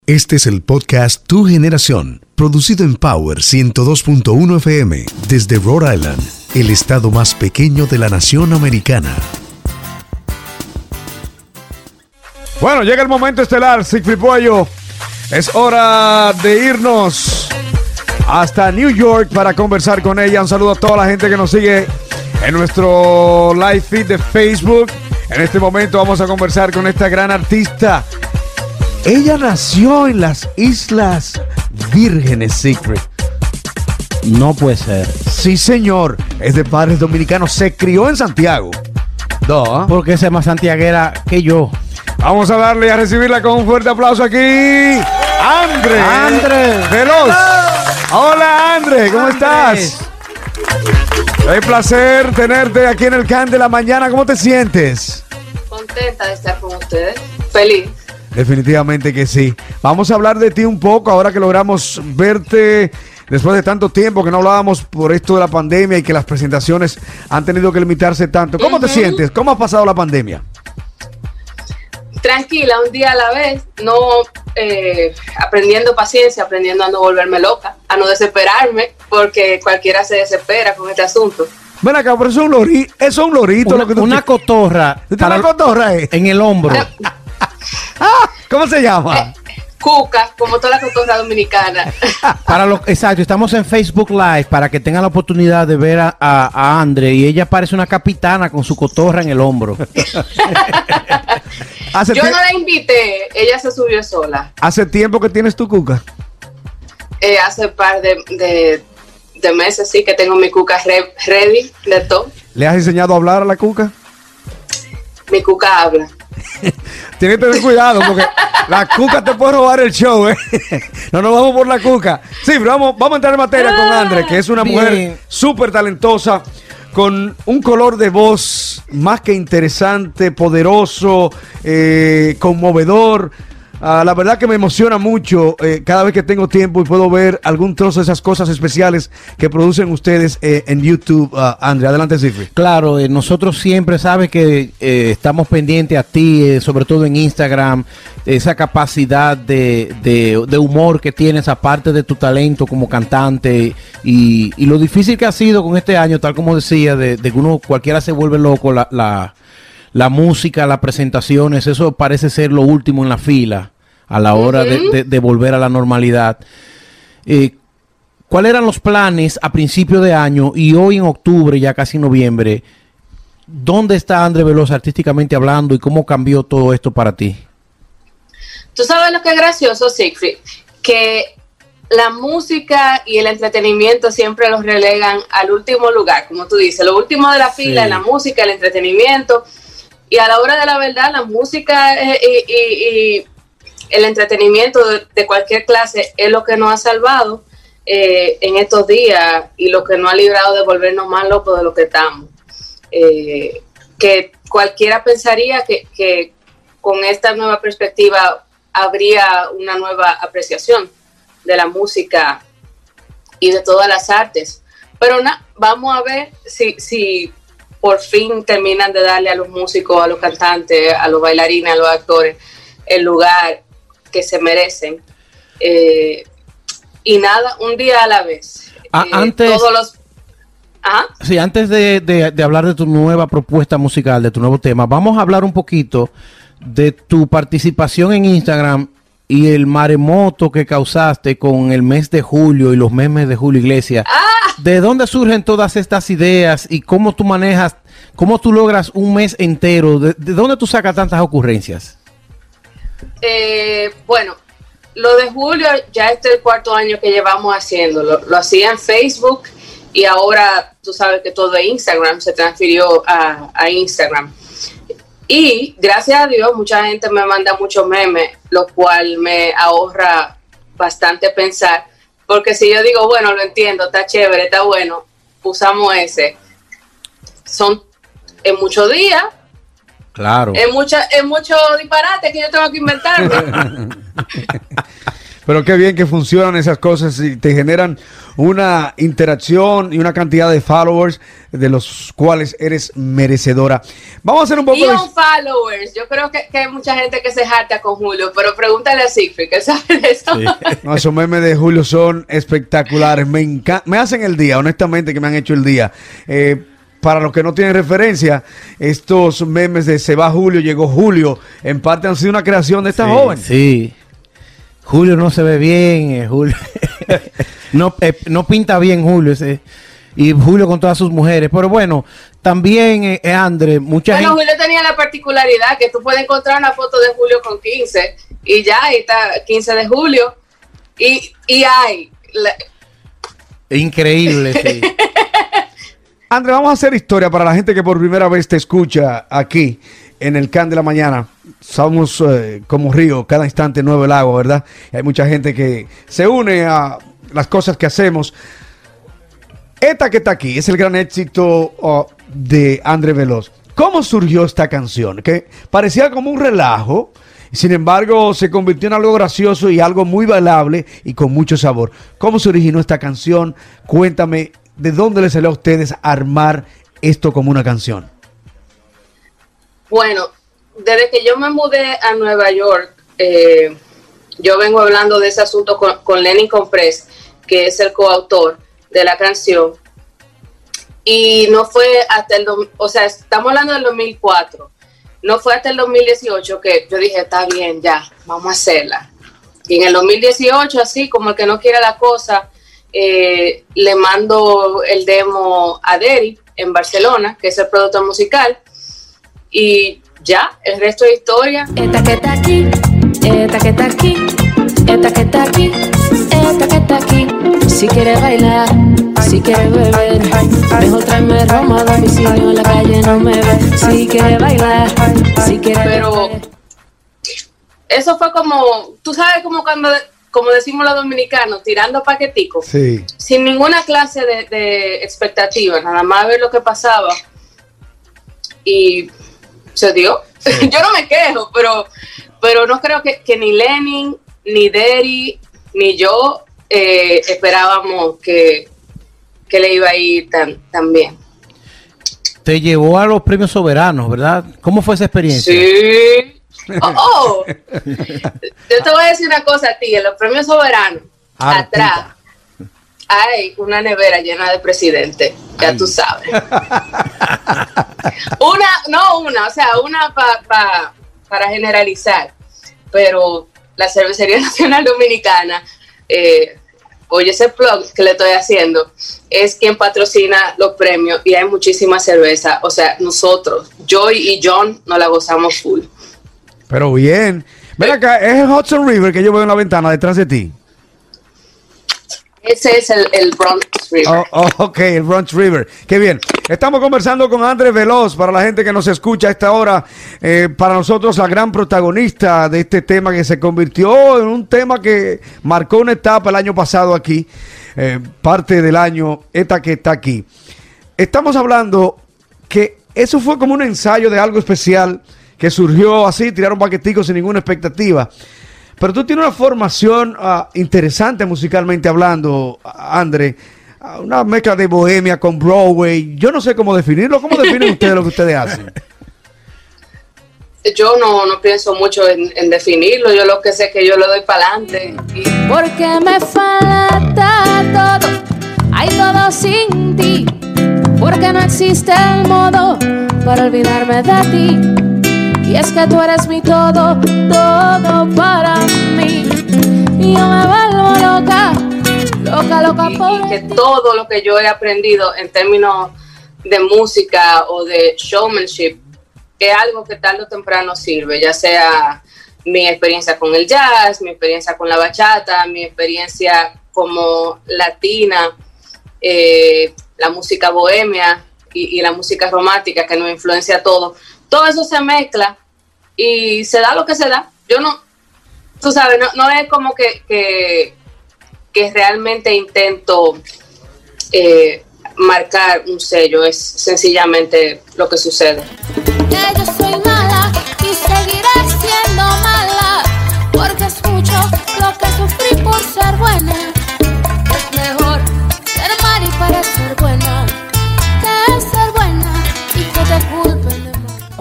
Este es el podcast Tu Generación, producido en Power 102.1 FM, desde Rhode Island, el estado más pequeño de la nación americana. Bueno, llega el momento estelar, Siegfried Puello. Es hora de irnos hasta New York para conversar con ella. Un saludo a toda la gente que nos sigue en nuestro live feed de Facebook. En este momento vamos a conversar con esta gran artista. Ella nació en las Islas Vírgenes, Siegfried. No puede ser. Sí, señor. Es de padres dominicanos. Se crió en Santiago. No. Porque es más santiaguera que yo. Vamos a darle a recibirla con un fuerte aplauso aquí. Andre Veloz. Hola, Andre. ¿Cómo estás? Es placer tenerte aquí en el Can de la Mañana. ¿Cómo te sientes? Contenta de estar con ustedes. Feliz. Definitivamente que sí. Vamos a hablar de ti un poco ahora que logramos verte después de tanto tiempo que no hablábamos por esto de la pandemia y que las presentaciones han tenido que limitarse tanto. ¿Cómo te sientes? ¿Cómo ha pasado la pandemia? Tranquila, un día a la vez, no aprendiendo paciencia, aprendiendo a no volverme loca, a no desesperarme, porque cualquiera se desespera con este asunto. Ven acá, pero eso es un lorito. Una cotorra. ¿Una cotorra en el hombro. ¿Cómo se llama? Cuca, como toda la cotorra dominicana. Exacto, estamos en Facebook Live para que tengan la oportunidad de ver a Andre, y ella parece una capitana con su cotorra en el hombro. Yo no la invité, ella se subió sola. ¿Hace tiempo que tienes tu cuca? Hace un par de meses, sí, que tengo mi cuca ready de todo. ¿Le has enseñado a hablar a la cuca? Mi cuca habla. Tienes que tener cuidado porque la cuca te puede robar el show, ¿eh? No nos vamos por la cuca. Sí, pero vamos a entrar en materia con Andre, que es una mujer súper talentosa, con un color de voz más que interesante, poderoso, conmovedor. La verdad que me emociona mucho cada vez que tengo tiempo y puedo ver algún trozo de esas cosas especiales que producen ustedes en YouTube. Andre, adelante, Siegfried. Claro, nosotros siempre sabes que estamos pendientes a ti, sobre todo en Instagram, esa capacidad de humor que tienes, aparte de tu talento como cantante, y lo difícil que ha sido con este año, tal como decía, de que cualquiera se vuelve loco, la música, las presentaciones, eso parece ser lo último en la fila a la hora de volver a la normalidad. ¿Cuáles eran los planes a principio de año y hoy en octubre, ya casi noviembre? ¿Dónde está Andre Veloz artísticamente hablando y cómo cambió todo esto para ti? Tú sabes lo que es gracioso, Siegfried, que la música y el entretenimiento siempre los relegan al último lugar, como tú dices, lo último de la fila, sí. La música, el entretenimiento. Y a la hora de la verdad, la música y el entretenimiento de cualquier clase es lo que nos ha salvado en estos días y lo que nos ha librado de volvernos más locos de lo que estamos. Que cualquiera pensaría que con esta nueva perspectiva habría una nueva apreciación de la música y de todas las artes. Pero vamos a ver si por fin terminan de darle a los músicos, a los cantantes, a los bailarines, a los actores, el lugar que se merecen. Y nada, un día a la vez. Antes de hablar de tu nueva propuesta musical, de tu nuevo tema, vamos a hablar un poquito de tu participación en Instagram y el maremoto que causaste con el mes de julio y los memes de Julio Iglesias. ¿De dónde surgen todas estas ideas y cómo tú manejas, cómo tú logras un mes entero? ¿De dónde tú sacas tantas ocurrencias? Bueno, lo de Julio ya este es el cuarto año que llevamos haciéndolo. Lo hacía en Facebook y ahora tú sabes que todo de Instagram se transfirió a Instagram. Y gracias a Dios mucha gente me manda muchos memes, lo cual me ahorra bastante pensar, porque si yo digo, bueno, lo entiendo, está chévere, está bueno, usamos ese. Son en muchos días. Claro. Es mucho disparate que yo tengo que inventarme. Pero qué bien que funcionan esas cosas y te generan una interacción y una cantidad de followers de los cuales eres merecedora. Vamos a hacer un poco de... followers. Yo creo que hay mucha gente que se harta con Julio, pero pregúntale a Siegfried, que sabe de eso. Sí. No, esos memes de Julio son espectaculares. Me hacen el día, honestamente, que me han hecho el día. Para los que no tienen referencia, estos memes de se va Julio, llegó Julio, en parte han sido una creación de esta joven. Sí. Julio no se ve bien, Julio. no pinta bien Julio y Julio con todas sus mujeres. Pero bueno, también, André, mucha gente... Julio tenía la particularidad que tú puedes encontrar una foto de Julio con 15 y ya, ahí está 15 de julio y hay... Increíble, sí. André, vamos a hacer historia para la gente que por primera vez te escucha aquí en el Can de la Mañana. Somos como río, cada instante nuevo el agua, ¿verdad? Y hay mucha gente que se une a las cosas que hacemos. Esta que está aquí es el gran éxito de André Veloz. ¿Cómo surgió esta canción? Que parecía como un relajo, sin embargo se convirtió en algo gracioso y algo muy bailable y con mucho sabor. ¿Cómo se originó esta canción? Cuéntame, ¿de dónde les salió a ustedes armar esto como una canción? Bueno, desde que yo me mudé a Nueva York, yo vengo hablando de ese asunto con Lenny Compress, que es el coautor de la canción. Y no fue hasta estamos hablando del 2004. No fue hasta el 2018 que yo dije, está bien, ya, vamos a hacerla. Y en el 2018, así como el que no quiere la cosa, le mando el demo a Derry en Barcelona, que es el productor musical, y ya, el resto es historia. Esta que está aquí, esta que está aquí, esta que está aquí, esta que está aquí. Si quieres bailar, si quieres beber, mejor tráeme Roma a domicilio, en la calle no me ve. Si quieres bailar, si quieres Pero beber. Eso fue como, tú sabes, como decimos los dominicanos, tirando paqueticos, sí, sin ninguna clase de expectativa, nada más ver lo que pasaba y se dio. Sí. Yo no me quejo, pero no creo que ni Lenin, ni Derry, ni yo esperábamos que le iba a ir tan bien. Te llevó a los premios soberanos, ¿verdad? ¿Cómo fue esa experiencia? Sí. Yo te voy a decir una cosa a ti, en los premios soberanos, atrás hay una nevera llena de presidentes, ya Ay. Tú sabes. Una para generalizar, pero la Cervecería Nacional Dominicana, oye, ese plug que le estoy haciendo, es quien patrocina los premios y hay muchísima cerveza, o sea, nosotros, Joy y John, nos la gozamos full. Pero bien. Ven acá, es el Hudson River que yo veo en la ventana detrás de ti. Ese es el Bronx River. Ok, el Bronx River. Qué bien. Estamos conversando con André Veloz, para la gente que nos escucha a esta hora. Para nosotros, la gran protagonista de este tema que se convirtió en un tema que marcó una etapa el año pasado aquí. Parte del año, esta que está aquí. Estamos hablando que eso fue como un ensayo de algo especial que surgió así, tiraron paqueticos sin ninguna expectativa. Pero tú tienes una formación interesante musicalmente hablando, André. Una mezcla de bohemia con Broadway. Yo no sé cómo definirlo. ¿Cómo definen ustedes lo que ustedes hacen? Yo no pienso mucho en definirlo. Yo lo que sé es que yo le doy para adelante. Porque me falta todo. Hay todo sin ti. Porque no existe el modo para olvidarme de ti. Y es que tú eres mi todo, todo para mí. Y yo me vuelvo loca y que todo lo que yo he aprendido en términos de música o de showmanship es algo que tarde o temprano sirve, ya sea mi experiencia con el jazz, mi experiencia con la bachata, mi experiencia como latina, la música bohemia y la música romántica que nos influencia a todos. Todo eso se mezcla y se da lo que se da. Yo no, tú sabes, no es como que realmente intento marcar un sello, es sencillamente lo que sucede. Que yo soy mala y seguiré siendo mala, porque escucho lo que sufrí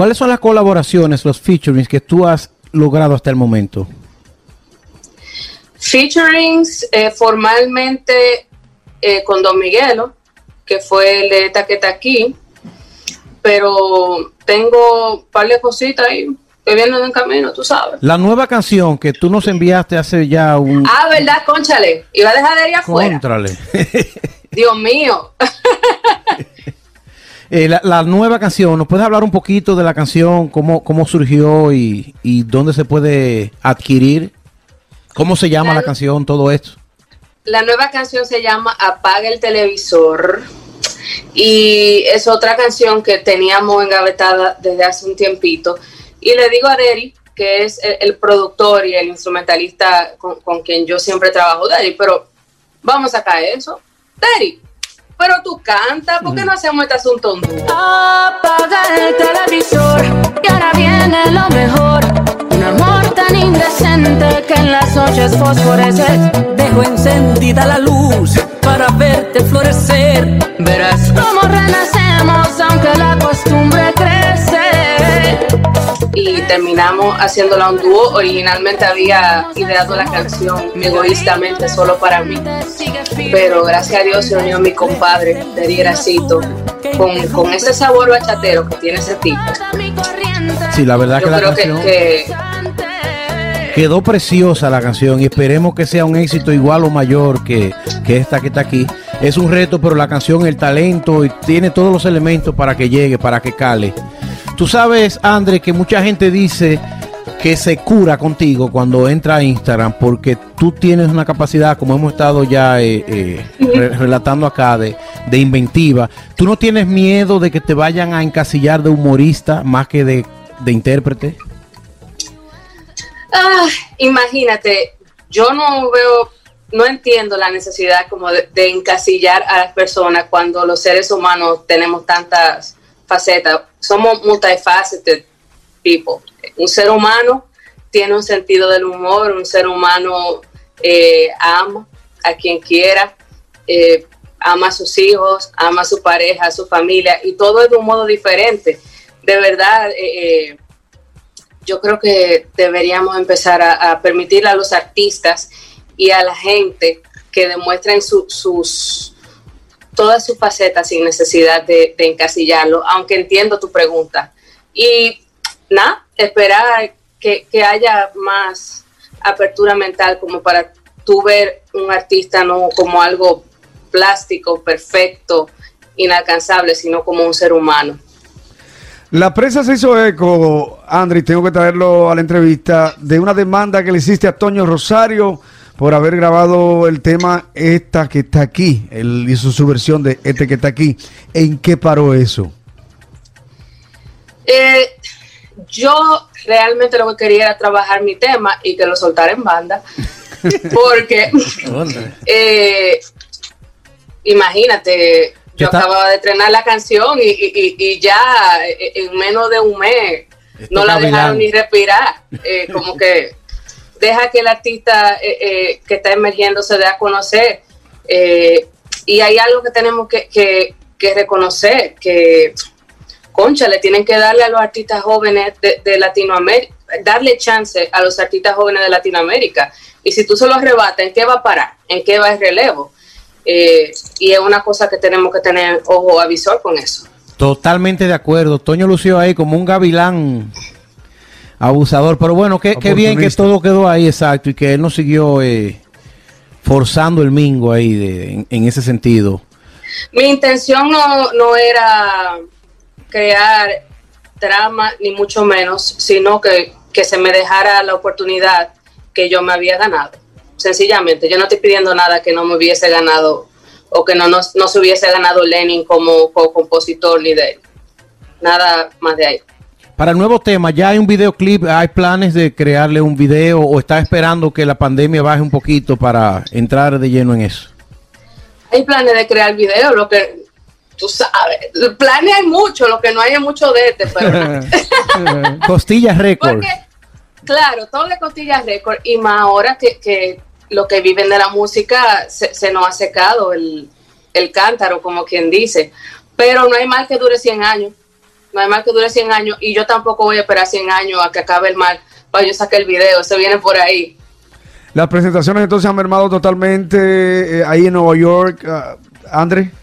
¿Cuáles son las colaboraciones, los featurings que tú has logrado hasta el momento? Featurings formalmente con Don Miguelo, que fue el de Taqueta aquí, pero tengo un par de cositas ahí que vienen en camino, tú sabes. La nueva canción que tú nos enviaste hace ya un... Ah, ¿verdad? Cónchale, iba a dejar de ir afuera. Cóntrale. Dios mío. La nueva canción, ¿nos puedes hablar un poquito de la canción, cómo surgió y dónde se puede adquirir? ¿Cómo se llama la canción, todo esto? La nueva canción se llama Apaga el televisor y es otra canción que teníamos engavetada desde hace un tiempito. Y le digo a Derry, que es el productor y el instrumentalista con quien yo siempre trabajo, Derry, pero vamos a sacar eso. Derry, pero tú cantas, ¿por qué no hacemos este asunto en dúo? Apaga el televisor y ahora viene lo mejor. Un amor tan indecente que en las noches fosforeces. Dejo encendida la luz para verte florecer. Verás Como renacemos aunque la costumbre crece. Y terminamos haciéndola un dúo. Originalmente había ideado la canción egoístamente solo para mí, pero gracias a Dios se unió mi compadre Derry Gracito con ese sabor bachatero que tiene ese tipo. Sí, la verdad Yo que la creo canción que quedó preciosa la canción y esperemos que sea un éxito igual o mayor que esta que está aquí. Es un reto, pero la canción, el talento, y tiene todos los elementos para que llegue, para que cale. Tú sabes, André, que mucha gente dice que se cura contigo cuando entra a Instagram porque tú tienes una capacidad, como hemos estado ya relatando acá, de inventiva. ¿Tú no tienes miedo de que te vayan a encasillar de humorista más que de intérprete? imagínate, yo no entiendo la necesidad como de encasillar a las personas cuando los seres humanos tenemos tantas facetas. Somos multifaceted people. Un ser humano tiene un sentido del humor, un ser humano ama a quien quiera, ama a sus hijos, ama a su pareja, a su familia, y todo es de un modo diferente. De verdad, yo creo que deberíamos empezar a permitirle a los artistas y a la gente que demuestren todas sus facetas sin necesidad de encasillarlo, aunque entiendo tu pregunta. Y nada, esperar que haya más apertura mental como para tú ver un artista no como algo plástico, perfecto, inalcanzable, sino como un ser humano. La prensa se hizo eco, André, tengo que traerlo a la entrevista, de una demanda que le hiciste a Toño Rosario por haber grabado el tema Esta que está aquí. Él hizo su versión de Este que está aquí. ¿En qué paró eso? Yo realmente lo que quería era trabajar mi tema y que lo soltara en banda, porque imagínate, yo acababa de estrenar la canción y ya en menos de un mes no la dejaron ni respirar. Como que deja que el artista que está emergiendo se dé a conocer. Y hay algo que tenemos que reconocer, que concha, le tienen que darle a los artistas jóvenes de Latinoamérica, darle chance a los artistas jóvenes de Latinoamérica. Y si tú se los arrebatas, ¿en qué va a parar? ¿En qué va el relevo? Y es una cosa que tenemos que tener ojo avisor con eso. Totalmente de acuerdo. Toño lució ahí como un gavilán abusador, pero bueno, qué bien que todo quedó ahí, exacto, y que él no siguió forzando el mingo ahí en ese sentido. Mi intención no era crear drama, ni mucho menos, sino que se me dejara la oportunidad que yo me había ganado. Sencillamente, yo no estoy pidiendo nada que no me hubiese ganado o que no se hubiese ganado Lenin como compositor ni de él. Nada más de ahí. Para el nuevo tema, ¿ya hay un videoclip? ¿Hay planes de crearle un video o está esperando que la pandemia baje un poquito para entrar de lleno en eso? Hay planes de crear video, lo que tú sabes. Planes hay mucho, lo que no hay es mucho de pero Costillas Records. Porque, claro, todo de Costillas Records, y más ahora que los que viven de la música se nos ha secado el cántaro, como quien dice. Pero no hay mal que dure 100 años. no hay mal que dure 100 años, y yo tampoco voy a esperar 100 años a que acabe el mal para yo sacar el video, se viene por ahí. Las presentaciones entonces han mermado totalmente ahí en Nueva York, Andre.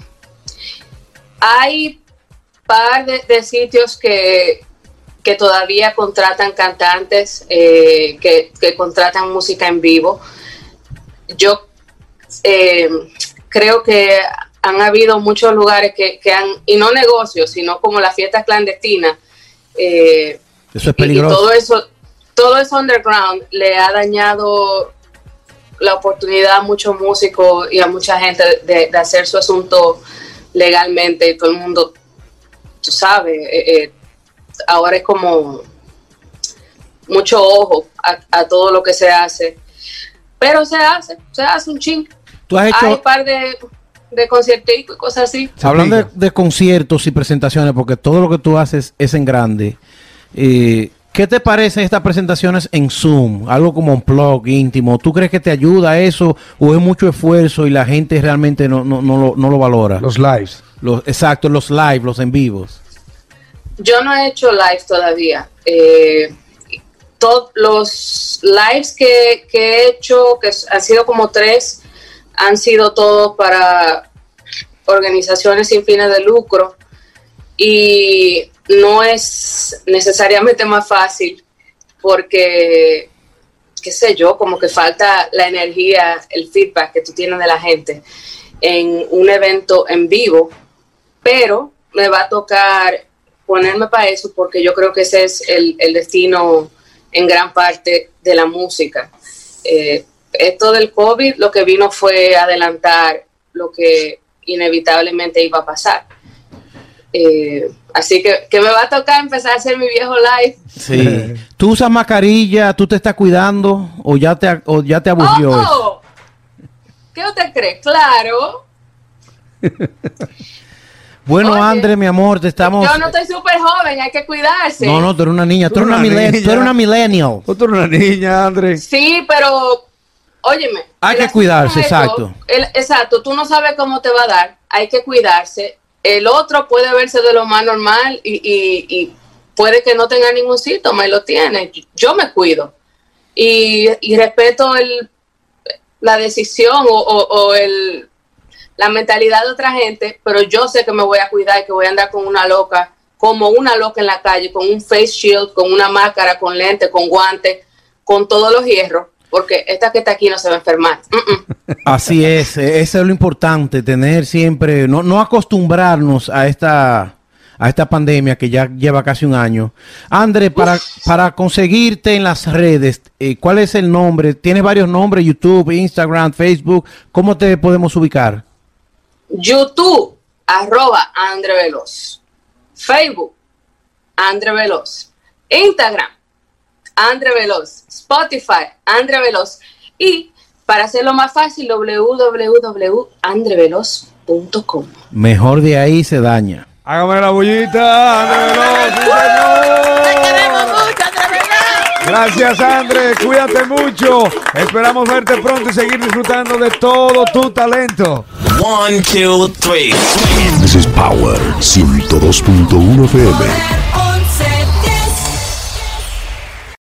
Hay par de sitios que todavía contratan cantantes, que contratan música en vivo. Yo creo que han habido muchos lugares que han, y no negocios, sino como las fiestas clandestinas. Eso es peligroso. Y todo eso underground le ha dañado la oportunidad a muchos músicos y a mucha gente de hacer su asunto legalmente. Y todo el mundo, tú sabes, ahora es como mucho ojo a todo lo que se hace. Pero se hace un ching. ¿Tú has hecho... Hay un par de conciertos y cosas así. Hablando de conciertos y presentaciones, porque todo lo que tú haces es en grande. ¿Qué te parecen estas presentaciones en Zoom? Algo como un blog íntimo. ¿Tú crees que te ayuda a eso o es mucho esfuerzo y la gente realmente no lo valora? Los lives. Exacto, los live, los en vivos. Yo no he hecho live todavía. Todos los lives que he hecho, que han sido como 3, han sido todos para organizaciones sin fines de lucro. Y no es necesariamente más fácil porque, qué sé yo, como que falta la energía, el feedback que tú tienes de la gente en un evento en vivo, pero me va a tocar ponerme para eso porque yo creo que ese es el destino en gran parte de la música. Esto del COVID lo que vino fue adelantar lo que inevitablemente iba a pasar. Así que me va a tocar empezar a hacer mi viejo live. Sí. ¿Tú usas mascarilla? ¿Tú te estás cuidando? ¿O ya te aburrió eso? ¿Qué usted cree? Claro. Bueno, oye, Andre, mi amor, yo no estoy súper joven, hay que cuidarse. No, tú eres una niña, tú eres una millennial. Tú eres una niña, Andre. Sí, pero, óyeme. Hay que cuidarse, exacto. Exacto, tú no sabes cómo te va a dar, hay que cuidarse. El otro puede verse de lo más normal y puede que no tenga ningún síntoma y lo tiene. Yo me cuido y respeto la decisión o la mentalidad de otra gente, pero yo sé que me voy a cuidar y que voy a andar como una loca en la calle, con un face shield, con una máscara, con lentes, con guantes, con todos los hierros, porque esta que está aquí no se va a enfermar. Así es, eso es lo importante, tener siempre, no acostumbrarnos a esta pandemia que ya lleva casi un año. Andre, para conseguirte en las redes, ¿cuál es el nombre? ¿Tienes varios nombres? YouTube, Instagram, Facebook. ¿Cómo te podemos ubicar? YouTube, @Andre Veloz. Facebook, Andre Veloz. Instagram, Andre Veloz. Spotify, Andre Veloz. Y para hacerlo más fácil, www.andreveloz.com. Mejor de ahí se daña. Hágame la bullita, Andre Veloz. ¡Te queremos mucho, Andre Veloz! Gracias, Andre. Cuídate mucho. Esperamos verte pronto y seguir disfrutando de todo tu talento. 1, 2, 3. This is Power 102.1 FM.